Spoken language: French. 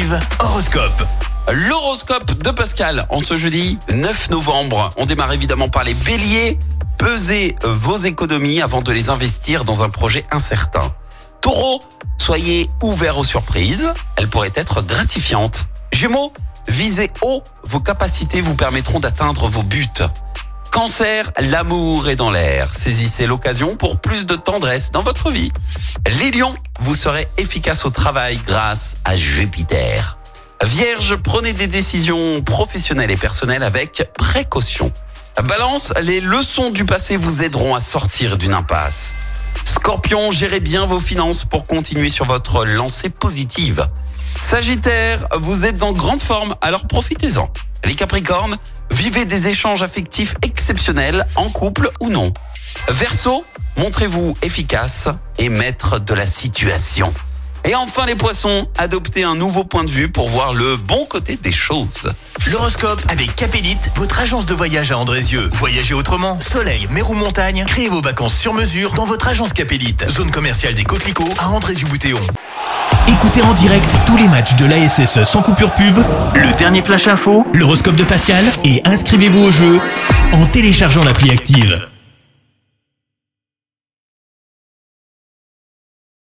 Active Horoscope. L'horoscope de Pascal en ce jeudi 9 novembre. On démarre évidemment par les béliers. Pesez vos économies avant de les investir dans un projet incertain. Taureau, soyez ouverts aux surprises. Elles pourraient être gratifiantes. Gémeaux, visez haut. Vos capacités vous permettront d'atteindre vos buts. Cancer, l'amour est dans l'air. Saisissez l'occasion pour plus de tendresse dans votre vie. Les lions, vous serez efficace au travail grâce à Jupiter. Vierge, prenez des décisions professionnelles et personnelles avec précaution. Balance, les leçons du passé vous aideront à sortir d'une impasse. Scorpion, gérez bien vos finances pour continuer sur votre lancée positive. Sagittaire, vous êtes en grande forme, alors profitez-en. Les Capricornes, vivez des échanges affectifs exceptionnels, en couple ou non. Verseau, montrez-vous efficace et maître de la situation. Et enfin les Poissons, adoptez un nouveau point de vue pour voir le bon côté des choses. L'horoscope avec Capélite, votre agence de voyage à Andrézieux. Voyagez autrement, soleil, mer ou montagne, créez vos vacances sur mesure dans votre agence Capélite. Zone commerciale des Coquelicots à Andrézieux-Boutéon. Écoutez en direct tous les matchs de l'ASSE sans coupure pub, le dernier flash info, l'horoscope de Pascal et inscrivez-vous au jeu en téléchargeant l'appli Active.